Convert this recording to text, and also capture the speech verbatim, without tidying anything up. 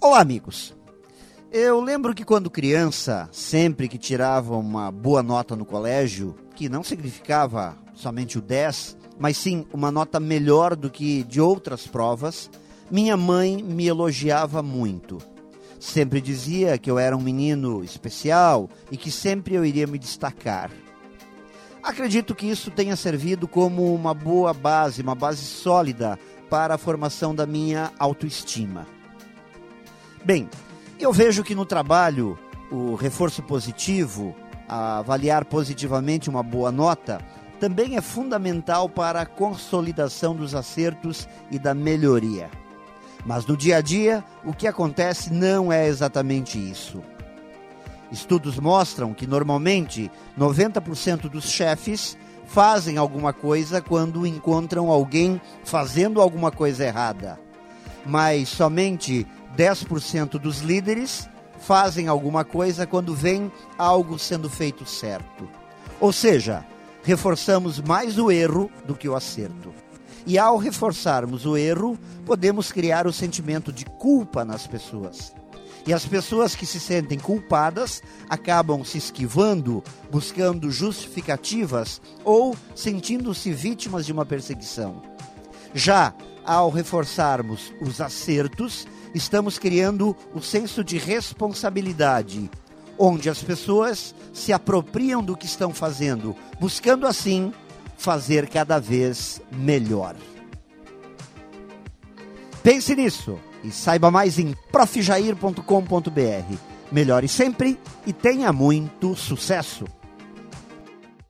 Olá, amigos. Eu lembro que quando criança, sempre que tirava uma boa nota no colégio, que não significava somente o dez, mas sim uma nota melhor do que de outras provas, minha mãe me elogiava muito. Sempre dizia que eu era um menino especial e que sempre eu iria me destacar. Acredito que isso tenha servido como uma boa base, uma base sólida para a formação da minha autoestima. Bem, eu vejo que no trabalho, o reforço positivo, avaliar positivamente uma boa nota, também é fundamental para a consolidação dos acertos e da melhoria. Mas no dia a dia, o que acontece não é exatamente isso. Estudos mostram que normalmente noventa por cento dos chefes fazem alguma coisa quando encontram alguém fazendo alguma coisa errada. Mas somente dez por cento dos líderes fazem alguma coisa quando vem algo sendo feito certo. Ou seja, reforçamos mais o erro do que o acerto. E ao reforçarmos o erro, podemos criar o sentimento de culpa nas pessoas. E as pessoas que se sentem culpadas acabam se esquivando, buscando justificativas ou sentindo-se vítimas de uma perseguição. Já ao reforçarmos os acertos, estamos criando o senso de responsabilidade, onde as pessoas se apropriam do que estão fazendo, buscando assim fazer cada vez melhor. Pense nisso e saiba mais em prof jair ponto com ponto b r. Melhore sempre e tenha muito sucesso!